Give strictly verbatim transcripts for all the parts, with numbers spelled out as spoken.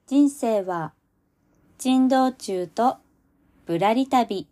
人生は珍道中とぶらり旅。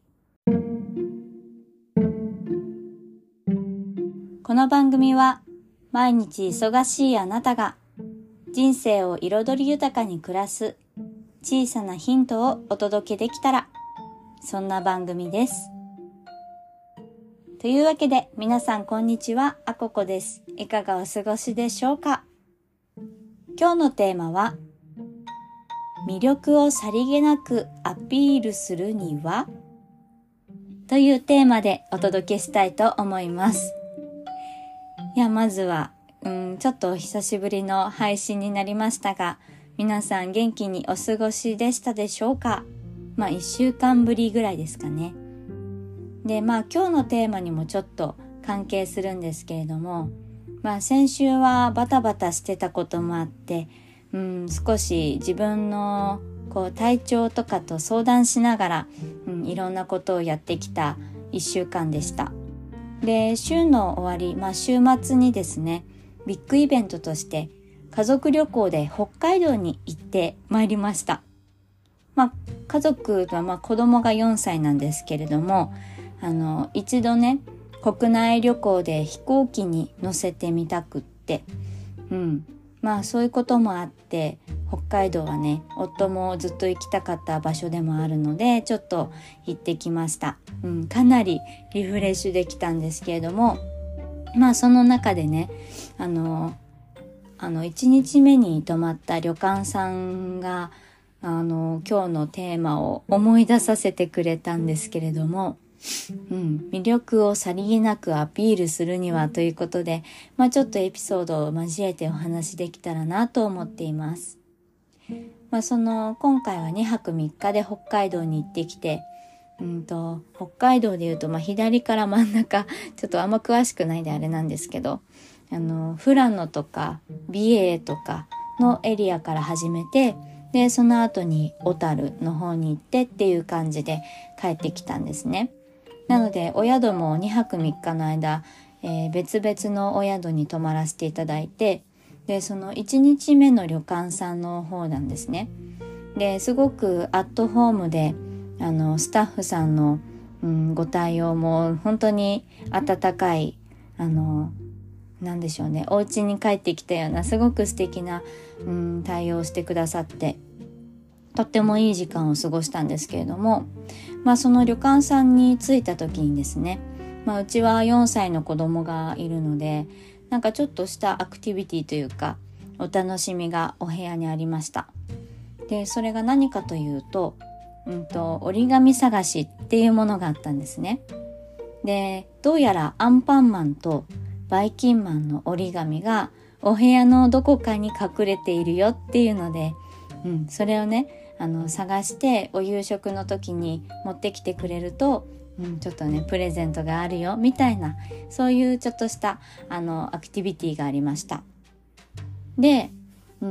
この番組は毎日忙しいあなたが人生を彩り豊かに暮らす小さなヒントをお届けできたら、そんな番組です。というわけで皆さんこんにちは、あここです。いかがお過ごしでしょうか。今日のテーマは魅力をさりげなくアピールするにはというテーマでお届けしたいと思います。いや、まずは、うん、ちょっとお久しぶりの配信になりましたが、皆さん元気にお過ごしでしたでしょうか。まあいっしゅうかんぶりぐらいですかね。で、まあ今日のテーマにもちょっと関係するんですけれども、まあ先週はバタバタしてたこともあって、うん、少し自分のこう体調とかと相談しながら、うん、いろんなことをやってきたいっしゅうかんでした。で、週の終わり、まあ週末にですね、ビッグイベントとして家族旅行で北海道に行ってまいりました。まあ家族はまあ子供がよんさいなんですけれども、あの一度ね国内旅行で飛行機に乗せてみたくって、うん。まあそういうこともあって北海道はね夫もずっと行きたかった場所でもあるのでちょっと行ってきました、うん、かなりリフレッシュできたんですけれども、まあその中でねあのあのいちにちめに泊まった旅館さんがあの今日のテーマを思い出させてくれたんですけれども、うん、魅力をさりげなくアピールするにはということで、まあちょっとエピソードを交えてお話できたらなと思っています。まあその今回はにはくみっかで北海道に行ってきて、うんと北海道でいうとまあ左から真ん中、ちょっとあんま詳しくないであれなんですけど、あの富良野とか美瑛とかのエリアから始めて、でその後に小樽の方に行ってっていう感じで帰ってきたんですね。なのでお宿もにはくみっかの間、えー、別々のお宿に泊まらせていただいて、でそのいちにちめの旅館さんの方なんですね。ですごくアットホームであのスタッフさんの、うん、ご対応も本当に温かい、あのなんでしょうね、お家に帰ってきたようなすごく素敵な、うん、対応をしてくださって、とってもいい時間を過ごしたんですけれども、まあその旅館さんに着いた時にですね、まあうちはよんさいの子供がいるので、なんかちょっとしたアクティビティというかお楽しみがお部屋にありました。で、それが何かというと、うんと折り紙探しっていうものがあったんですね。で、どうやらアンパンマンとバイキンマンの折り紙がお部屋のどこかに隠れているよっていうので、うん、それをねあの探してお夕食の時に持ってきてくれると、うん、ちょっとねプレゼントがあるよみたいな、そういうちょっとしたあのアクティビティがありました。で、うん、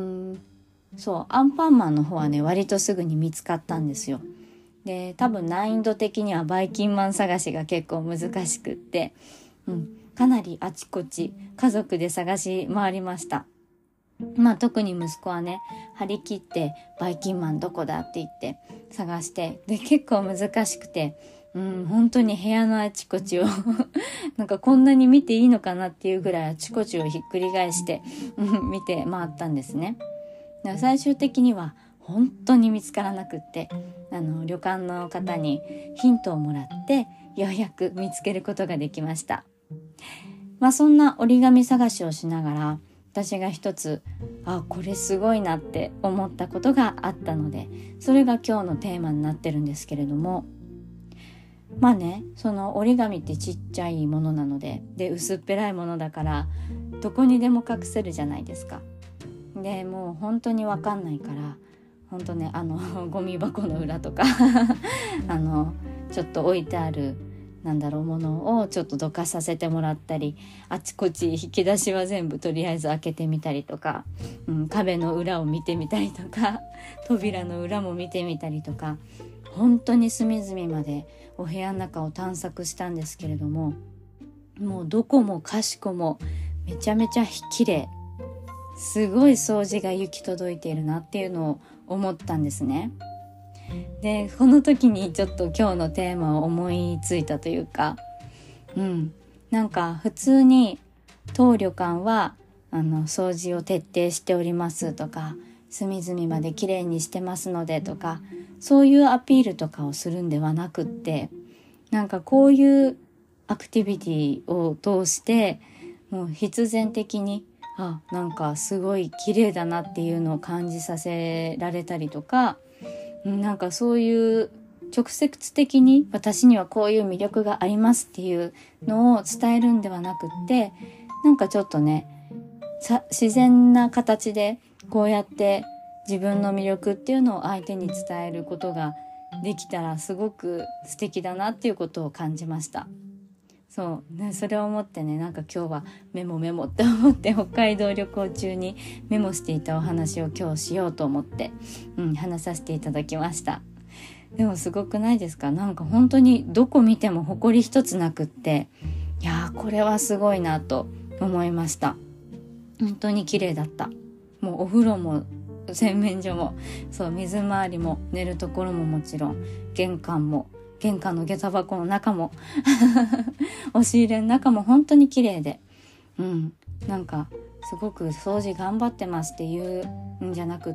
そうアンパンマンの方はね割とすぐに見つかったんですよ。で、多分難易度的にはバイキンマン探しが結構難しくって、うん、かなりあちこち家族で探し回りました。まあ特に息子はね張り切ってバイキンマンどこだって言って探して、で結構難しくて、うん、本当に部屋のあちこちをなんかこんなに見ていいのかなっていうぐらいあちこちをひっくり返して、うん、見て回ったんですね。だから最終的には本当に見つからなくって、あの旅館の方にヒントをもらってようやく見つけることができました。まあそんな折り紙探しをしながら私が一つ、あ、これすごいなって思ったことがあったので、それが今日のテーマになってるんですけれども、まあね、その折り紙ってちっちゃいものなので、で薄っぺらいものだからどこにでも隠せるじゃないですか。でもう本当に分かんないから、本当ねあのゴミ箱の裏とかあのちょっと置いてあるなんだろうものをちょっとどかさせてもらったり、あちこち引き出しは全部とりあえず開けてみたりとか、うん、壁の裏を見てみたりとか扉の裏も見てみたりとか、本当に隅々までお部屋の中を探索したんですけれども、もうどこもかしこもめちゃめちゃ綺麗、 すごい掃除が行き届いているなっていうのを思ったんですね。でこの時にちょっと今日のテーマを思いついたというか、うんなんか普通に当旅館はあの掃除を徹底しておりますとか、隅々まできれいにしてますのでとか、そういうアピールとかをするんではなくって、なんかこういうアクティビティを通してもう必然的にあなんかすごい綺麗だなっていうのを感じさせられたりとか、なんかそういう直接的に私にはこういう魅力がありますっていうのを伝えるんではなくって、なんかちょっとねさ自然な形でこうやって自分の魅力っていうのを相手に伝えることができたらすごく素敵だなっていうことを感じました。そうね、それを思ってね、なんか今日はメモメモって思って北海道旅行中にメモしていたお話を今日しようと思って、うん、話させていただきました。でもすごくないですか？なんか本当にどこ見ても埃一つなくって、いやーこれはすごいなと思いました。本当に綺麗だった。もうお風呂も洗面所もそう水回りも寝るところももちろん、玄関も玄関の下駄箱の中も押し入れの中も本当に綺麗で、うん、なんかすごく掃除頑張ってますっていうんじゃなくって、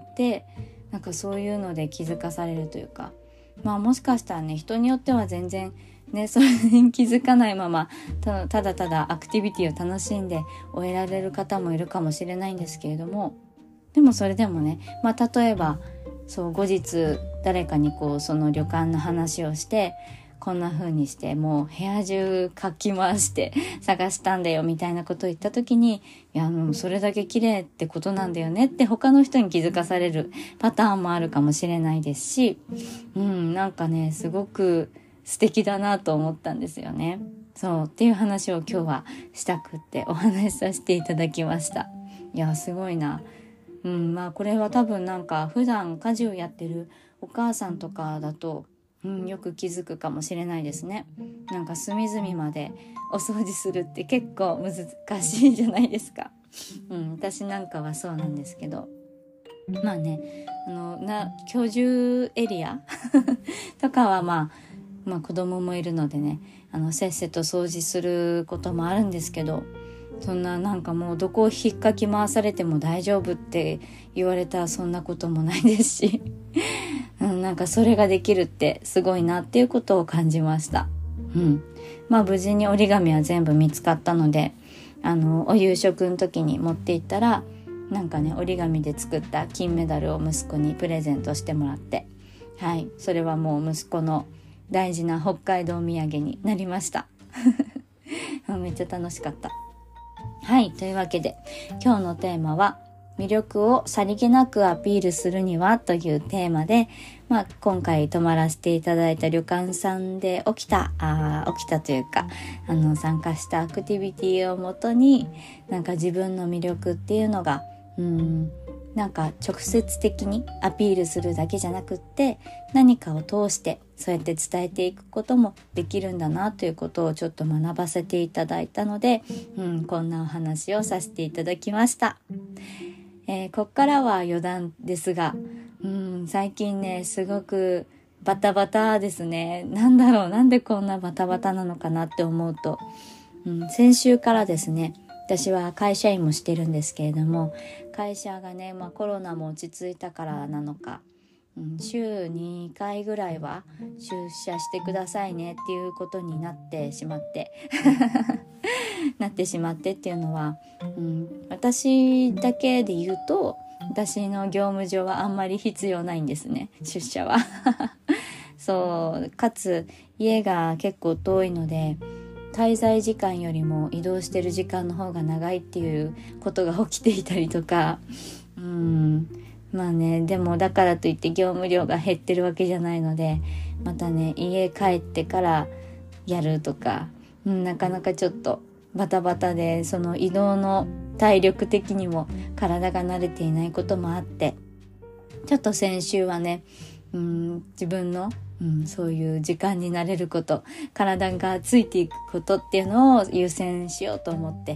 なんかそういうので気づかされるというか、まあもしかしたらね人によっては全然ねそれに気づかないままたただただアクティビティを楽しんで終えられる方もいるかもしれないんですけれども、でもそれでもね、まあ例えばそう後日誰かにこうその旅館の話をして、こんな風にしてもう部屋中かき回して探したんだよみたいなことを言った時に、いやもうそれだけ綺麗ってことなんだよねって他の人に気づかされるパターンもあるかもしれないですし、うんなんかねすごく素敵だなと思ったんですよね。そうっていう話を今日はしたくってお話しさせていただきました。いやすごいな。うん、まあこれは多分なんか普段家事をやってるお母さんとかだと、うん、よく気づくかもしれないですね。なんか隅々までお掃除するって結構難しいじゃないですか。うん、私なんかはそうなんですけど、まあねあのな居住エリアとかはまあまあ子供もいるのでね、あのせっせと掃除することもあるんですけど、そんななんかもうどこを引っかき回されても大丈夫って言われたらそんなこともないですし、うん、なんかそれができるってすごいなっていうことを感じました。うん、まあ無事に折り紙は全部見つかったので、あのお夕食の時に持って行ったらなんかね折り紙で作った金メダルを息子にプレゼントしてもらって、はい、それはもう息子の大事な北海道土産になりましためっちゃ楽しかった。はい、というわけで今日のテーマは魅力をさりげなくアピールするにはというテーマで、まあ、今回泊まらせていただいた旅館さんで起きたあ起きたというかあの参加したアクティビティをもとに、なんか自分の魅力っていうのがうーんなんか直接的にアピールするだけじゃなくって、何かを通してそうやって伝えていくこともできるんだなということをちょっと学ばせていただいたので、うん、こんなお話をさせていただきました。えー、こっからは余談ですが、うん、最近ねすごくバタバタですね。なんだろう、なんでこんなバタバタなのかなって思うと、うん、先週からですね、私は会社員もしてるんですけれども、会社がね、まあ、コロナも落ち着いたからなのか、うん、週にかいぐらいは出社してくださいねっていうことになってしまってなってしまってっていうのは、うん、私だけで言うと私の業務上はあんまり必要ないんですね、出社はそうかつ家が結構遠いので滞在時間よりも移動してる時間の方が長いっていうことが起きていたりとか、うんまあね、でもだからといって業務量が減ってるわけじゃないので、またね家帰ってからやるとか、うん、なかなかちょっとバタバタで、その移動の体力的にも体が慣れていないこともあって、ちょっと先週はね、うん、自分のうん、そういう時間になれること、体がついていくことっていうのを優先しようと思って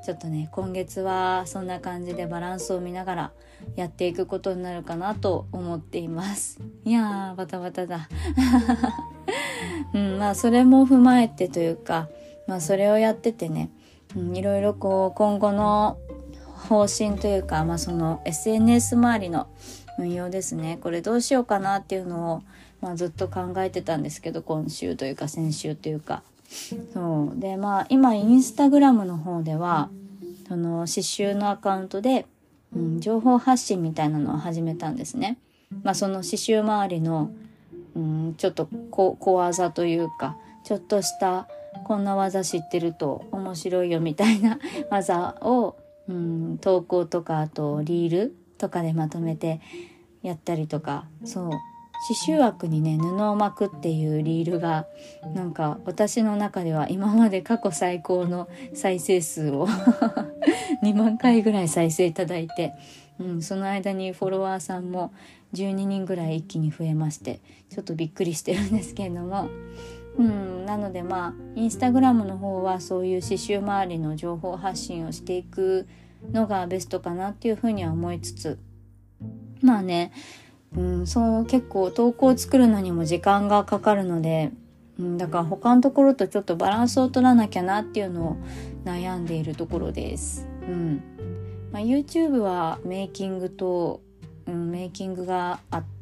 ちょっとね今月はそんな感じでバランスを見ながらやっていくことになるかなと思っています。いやーバタバタだうん、まあそれも踏まえてというか、まあそれをやっててね、うん、いろいろこう今後の方針というか、まあその エスエヌエス 周りの運用ですね、これどうしようかなっていうのを、まあ、ずっと考えてたんですけど、今週というか先週というか、そうでまあ今インスタグラムの方ではその刺繍のアカウントで、うん、情報発信みたいなのを始めたんですね。まあその刺繍周りの、うん、ちょっと小技というか、ちょっとしたこんな技知ってると面白いよみたいな技を、うん、投稿とかあとリールとかでまとめてやったりとか、そう刺繍枠にね布を巻くっていうリールがなんか私の中では今まで過去最高の再生数をにまんかいぐらい再生いただいて、うん、その間にフォロワーさんもじゅうににんぐらい一気に増えまして、ちょっとびっくりしてるんですけれども、うん、なのでまあインスタグラムの方はそういう刺繍周りの情報発信をしていくのがベストかなっていうふうには思いつつ、まあね、うん、そう結構投稿を作るのにも時間がかかるので、うん、だから他のところとちょっとバランスを取らなきゃなっていうのを悩んでいるところです。うんまあ、YouTube はメイキングと、うん、メイキングがあって、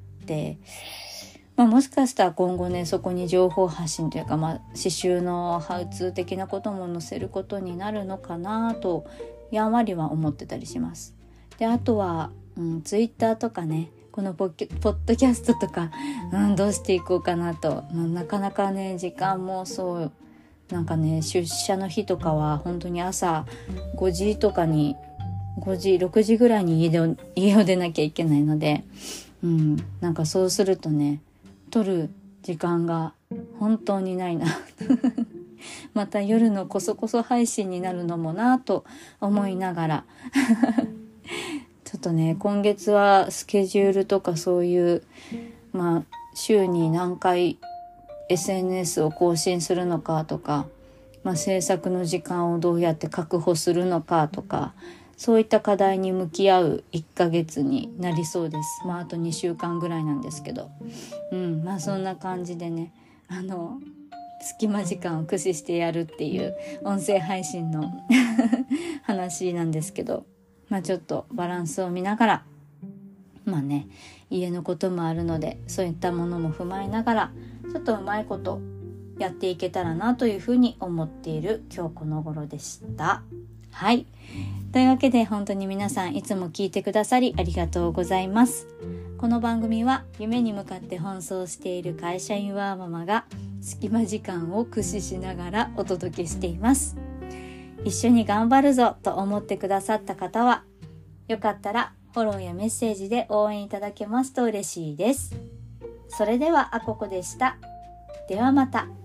まあ、もしかしたら今後ねそこに情報発信というか、まあ、刺繍のハウツー的なことも載せることになるのかなとやんわりは思ってたりします。であとは、うん、Twitter とかねこのポッ、ポッドキャストとか、うん、どうしていこうかなと、まあ、なかなかね時間もそうなんかね出社の日とかは本当に朝ごじとかにごじろくじぐらいに家で家を出なきゃいけないので、うん、なんかそうするとね撮る時間が本当にないなまた夜のこそこそ配信になるのもなと思いながらちょっとね今月はスケジュールとかそういうまあ週に何回 エスエヌエス を更新するのかとか、まあ、制作の時間をどうやって確保するのかとか、そういった課題に向き合ういっかげつになりそうです。まああとにしゅうかんぐらいなんですけど、うんまあそんな感じでね、あの隙間時間を駆使してやるっていう音声配信の話なんですけど、まあちょっとバランスを見ながら、まあね家のこともあるのでそういったものも踏まえながらちょっとうまいことやっていけたらなというふうに思っている今日この頃でした。はい。というわけで本当に皆さんいつも聞いてくださりありがとうございます。この番組は夢に向かって奔走している会社員ワーママが隙間時間を駆使しながらお届けしています。一緒に頑張るぞと思ってくださった方はよかったらフォローやメッセージで応援いただけますと嬉しいです。それではあここでした。ではまた。